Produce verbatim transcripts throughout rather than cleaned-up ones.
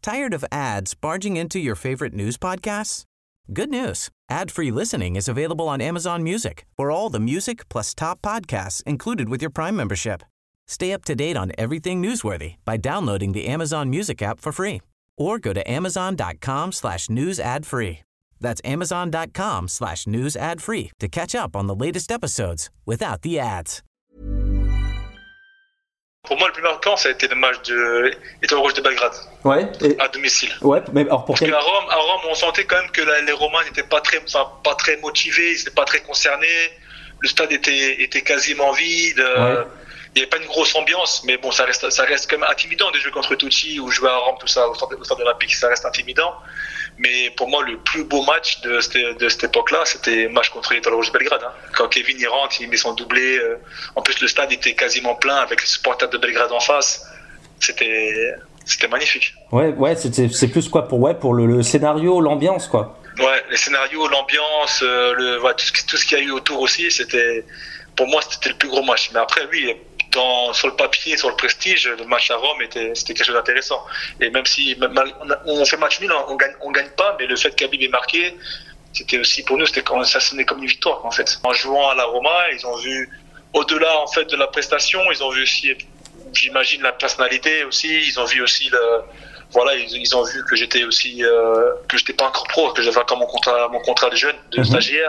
Tired of ads barging into your favorite news podcasts? Good news. Ad-free listening is available on Amazon Music for all the music plus top podcasts included with your Prime membership. Stay up to date on everything newsworthy by downloading the Amazon Music app for free or go to amazon.com slash news ad free. That's amazon.com slash news ad free to catch up on the latest episodes without the ads. Pour moi, le plus marquant, ça a été le match de l'Étoile Rouge de Belgrade. Ouais. Et... À domicile. Ouais, mais alors pour Parce quel... qu'à Rome, à Rome, on sentait quand même que la, les Romains n'étaient pas très, enfin, pas très motivés, ils n'étaient pas très concernés. Le stade était, était quasiment vide. Euh, ouais. Il n'y avait pas une grosse ambiance, mais bon, ça reste, ça reste quand même intimidant de jouer contre Totti ou jouer à Rome, tout ça, au stade, au stade olympique, ça reste intimidant. Mais pour moi, le plus beau match de cette, de cette époque-là, c'était le match contre l'Étoile Rouge de Belgrade. Hein. Quand Kevin y rentre, il met son doublé. Euh, en plus, le stade était quasiment plein avec les supporters de Belgrade en face. C'était, c'était magnifique. Ouais, ouais, c'est, c'est plus quoi pour, ouais, pour le, le scénario, l'ambiance, quoi. Ouais, les scénarios, l'ambiance, euh, le, ouais, tout, ce, tout ce qu'il y a eu autour aussi, c'était, pour moi, c'était le plus gros match. Mais après, oui, dans, sur le papier, sur le prestige, le match à Rome était, c'était quelque chose d'intéressant. Et même si mal, on fait match nul, on gagne, on gagne pas, mais le fait qu'Habib ait marqué, c'était aussi pour nous, c'était quand ça sonnait comme une victoire en fait. En jouant à la Roma, ils ont vu au-delà en fait de la prestation, ils ont vu aussi, j'imagine, la personnalité aussi. Ils ont vu aussi le, voilà, ils, ils ont vu que j'étais aussi, euh, que j'étais pas encore pro, que j'avais encore mon contrat, mon contrat de jeune, de mm-hmm. stagiaire.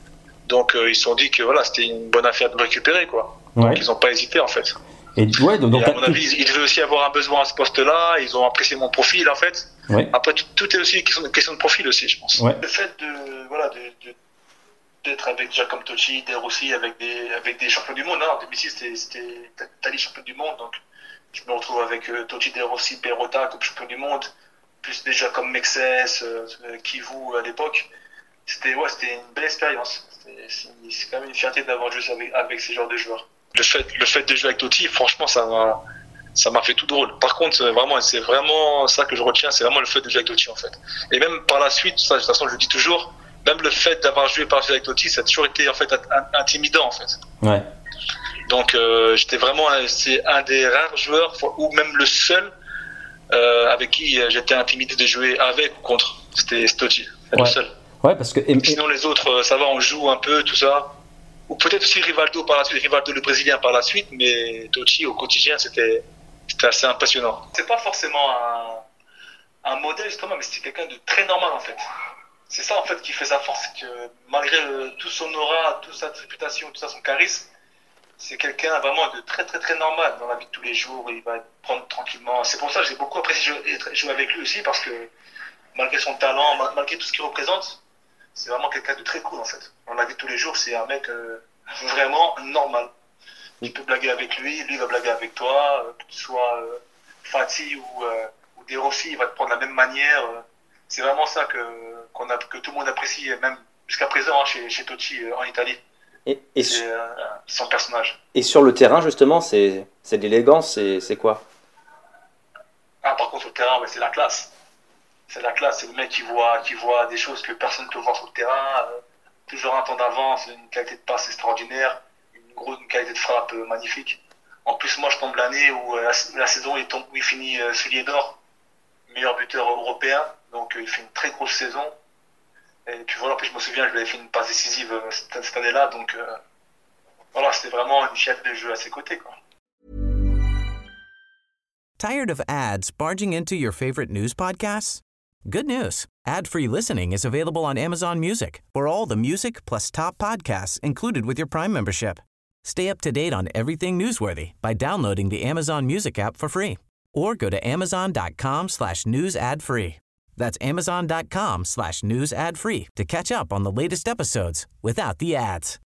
Donc euh, ils se sont dit que voilà, c'était une bonne affaire de me récupérer quoi. Ouais. Donc ils n'ont pas hésité en fait. Et, ouais, donc, et à mon avis, ils, ils devaient aussi avoir un besoin à ce poste-là. Ils ont apprécié mon profil en fait. Ouais. Après, tout, tout est aussi une question, question de profil aussi, je pense. Ouais. Le fait de voilà de, de d'être avec Giacomo Tocci, d'être aussi avec des avec des champions du monde. Hein. En deux mille six, c'était c'était Italie champion du monde, donc je me retrouve avec euh, Tocci, De Rossi, Perrotta comme champion du monde, plus déjà comme Mexès, euh, Kivu à l'époque. C'était ouais, c'était une belle expérience. C'est, c'est quand même une fierté d'avoir joué avec, avec ces genres de joueurs. Le fait, le fait de jouer avec Totti, franchement, ça m'a, ça m'a fait tout drôle. Par contre, vraiment, c'est vraiment ça que je retiens, c'est vraiment le fait de jouer avec Totti, en fait. Et même par la suite, ça, de toute façon, je le dis toujours, même le fait d'avoir joué par la suite avec Totti, ça a toujours été, en fait, intimidant, en fait. Ouais. Donc, euh, j'étais vraiment, c'est un des rares joueurs, ou même le seul, euh, avec qui j'étais intimidé de jouer avec ou contre. C'était Totti, ouais. Le seul. Ouais, parce que. Et, sinon, les autres, ça va, on joue un peu, tout ça. Ou peut-être aussi Rivaldo par la suite, Rivaldo le Brésilien par la suite, mais Totti au quotidien, c'était, c'était assez impressionnant. C'est pas forcément un, un modèle, justement, mais c'est quelqu'un de très normal, en fait. C'est ça, en fait, qui fait sa force, c'est que malgré le, tout son aura, toute sa réputation, tout ça, son charisme, c'est quelqu'un vraiment de très, très, très normal dans la vie de tous les jours. Il va prendre tranquillement. C'est pour ça que j'ai beaucoup apprécié jouer, jouer avec lui aussi, parce que malgré son talent, malgré tout ce qu'il représente, c'est vraiment quelqu'un de très cool en fait. Dans la vie de tous les jours, c'est un mec euh, vraiment normal. Tu peux blaguer avec lui, lui va blaguer avec toi, euh, que tu sois euh, Fati ou, euh, ou De Rossi, il va te prendre de la même manière. Euh, c'est vraiment ça que, qu'on a, que tout le monde apprécie, même jusqu'à présent hein, chez, chez Totti euh, en Italie. Et, et c'est euh, son personnage. Et sur le terrain justement, c'est, c'est de l'élégance, c'est, c'est quoi? Ah, par contre, sur le terrain, ouais, c'est la classe. C'est la classe, c'est le mec qui voit, qui voit des choses que personne ne peut voir sur le terrain. Euh, toujours un temps d'avance, une qualité de passe extraordinaire, une, grosse, une qualité de frappe euh, magnifique. En plus, moi, je tombe l'année où euh, la, la saison il, tombe, où il finit euh, soulier d'or, meilleur buteur européen. Donc, euh, il fait une très grosse saison. Et puis voilà, puis je me souviens, je lui avais fait une passe décisive euh, cette, cette année-là. Donc, euh, voilà, c'était vraiment une fierté de jouer à ses côtés, quoi. Tired of ads barging into your favorite news podcasts? Good news. Ad-free listening is available on Amazon Music for all the music plus top podcasts included with your Prime membership. Stay up to date on everything newsworthy by downloading the Amazon Music app for free or go to amazon.com slash news ad free. That's amazon.com slash news ad free to catch up on the latest episodes without the ads.